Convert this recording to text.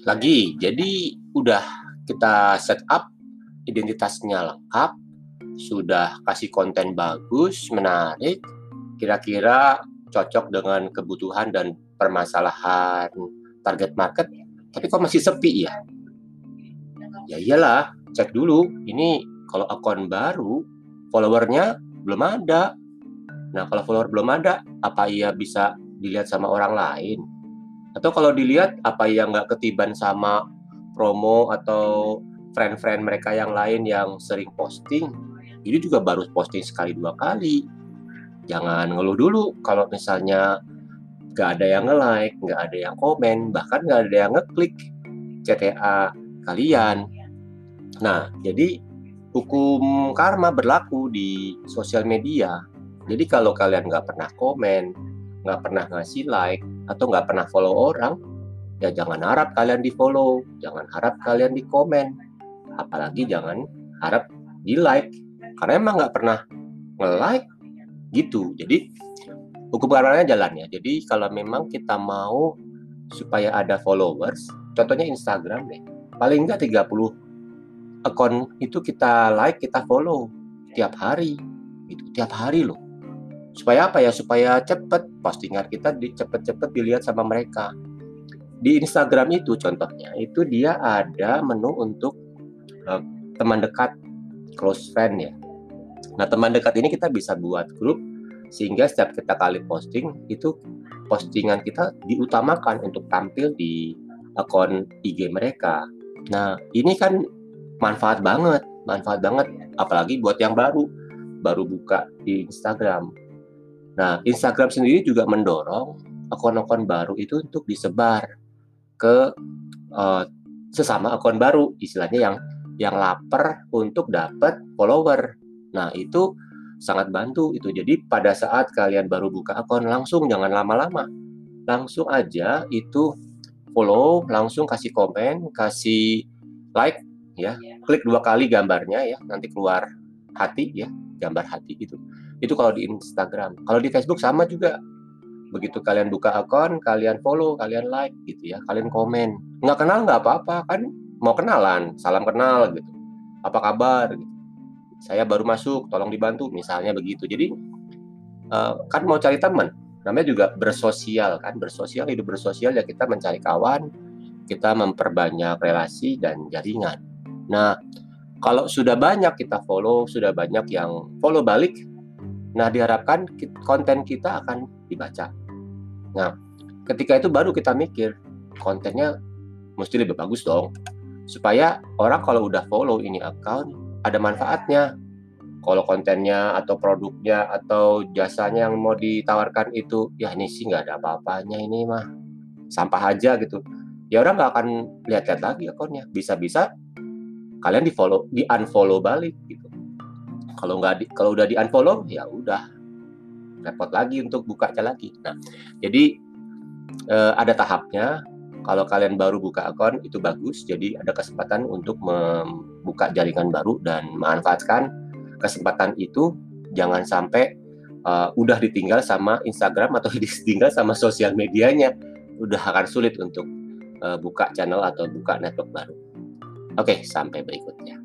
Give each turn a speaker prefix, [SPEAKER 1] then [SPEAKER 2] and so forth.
[SPEAKER 1] lagi. Jadi udah kita set up identitasnya lengkap, sudah kasih konten bagus, menarik, kira-kira cocok dengan kebutuhan dan permasalahan target market, tapi kok masih sepi ya? Ya iyalah, cek dulu. Ini kalau akun baru, followernya belum ada. Nah, kalau follower belum ada, apa ia bisa dilihat sama orang lain? Atau kalau dilihat, apa ia nggak ketiban sama promo atau friend-friend mereka yang lain yang sering posting? Ini juga baru posting sekali dua kali. Jangan ngeluh dulu kalau misalnya nggak ada yang nge-like, nggak ada yang komen, bahkan nggak ada yang ngeklik CTA kalian. Nah, jadi hukum karma berlaku di sosial media. Jadi kalau kalian nggak pernah komen, nggak pernah ngasih like, atau nggak pernah follow orang, ya jangan harap kalian di follow, jangan harap kalian di komen, apalagi jangan harap di like, karena emang nggak pernah nge-like gitu. Jadi hukum karmanya jalan ya. Jadi kalau memang kita mau supaya ada followers, contohnya Instagram deh, paling nggak 30 akun itu kita like, kita follow tiap hari gitu, tiap hari loh. Supaya apa ya? Supaya cepet postingan kita cepet-cepet dilihat sama mereka. Di Instagram itu contohnya, itu dia ada menu untuk uh, teman dekat, close friend ya. Nah, teman dekat ini kita bisa buat grup sehingga setiap kita kali posting itu postingan kita diutamakan untuk tampil di akun IG mereka. Nah, ini kan manfaat banget apalagi buat yang baru buka di Instagram. Nah, Instagram sendiri juga mendorong akun-akun baru itu untuk disebar ke sesama akun baru, istilahnya yang lapar untuk dapat follower. Nah, itu sangat bantu itu. Jadi pada saat kalian baru buka akun, langsung jangan lama-lama. Langsung aja itu follow, langsung kasih komen, kasih like ya. Klik 2 kali gambarnya ya, nanti keluar hati ya, gambar hati itu. Itu kalau di Instagram. Kalau di Facebook sama juga. Begitu kalian buka akun, kalian follow, kalian like gitu ya, kalian komen. Nggak kenal nggak apa-apa, kan mau kenalan, salam kenal gitu. Apa kabar gitu. Saya baru masuk, tolong dibantu, misalnya begitu. Jadi kan mau cari teman, namanya juga bersosial kan, hidup bersosial ya, kita mencari kawan, kita memperbanyak relasi dan jaringan. Nah, kalau sudah banyak kita follow, sudah banyak yang follow balik, nah diharapkan konten kita akan dibaca. Nah, ketika itu baru kita mikir, kontennya mesti lebih bagus dong. Supaya orang kalau udah follow ini account, ada manfaatnya. Kalau kontennya atau produknya atau jasanya yang mau ditawarkan itu, ya ini sih nggak ada apa-apanya, ini mah sampah aja gitu. Ya orang nggak akan lihat-lihat lagi akunnya. Bisa-bisa kalian di unfollow balik gitu. Kalau udah di unfollow, ya udah repot lagi untuk bukanya lagi. Nah, jadi ada tahapnya. Kalau kalian baru buka akun itu bagus, jadi ada kesempatan untuk membuka jaringan baru dan memanfaatkan kesempatan itu. Jangan sampai udah ditinggal sama Instagram atau ditinggal sama sosial medianya, udah akan sulit untuk buka channel atau buka network baru. Oke, sampai berikutnya.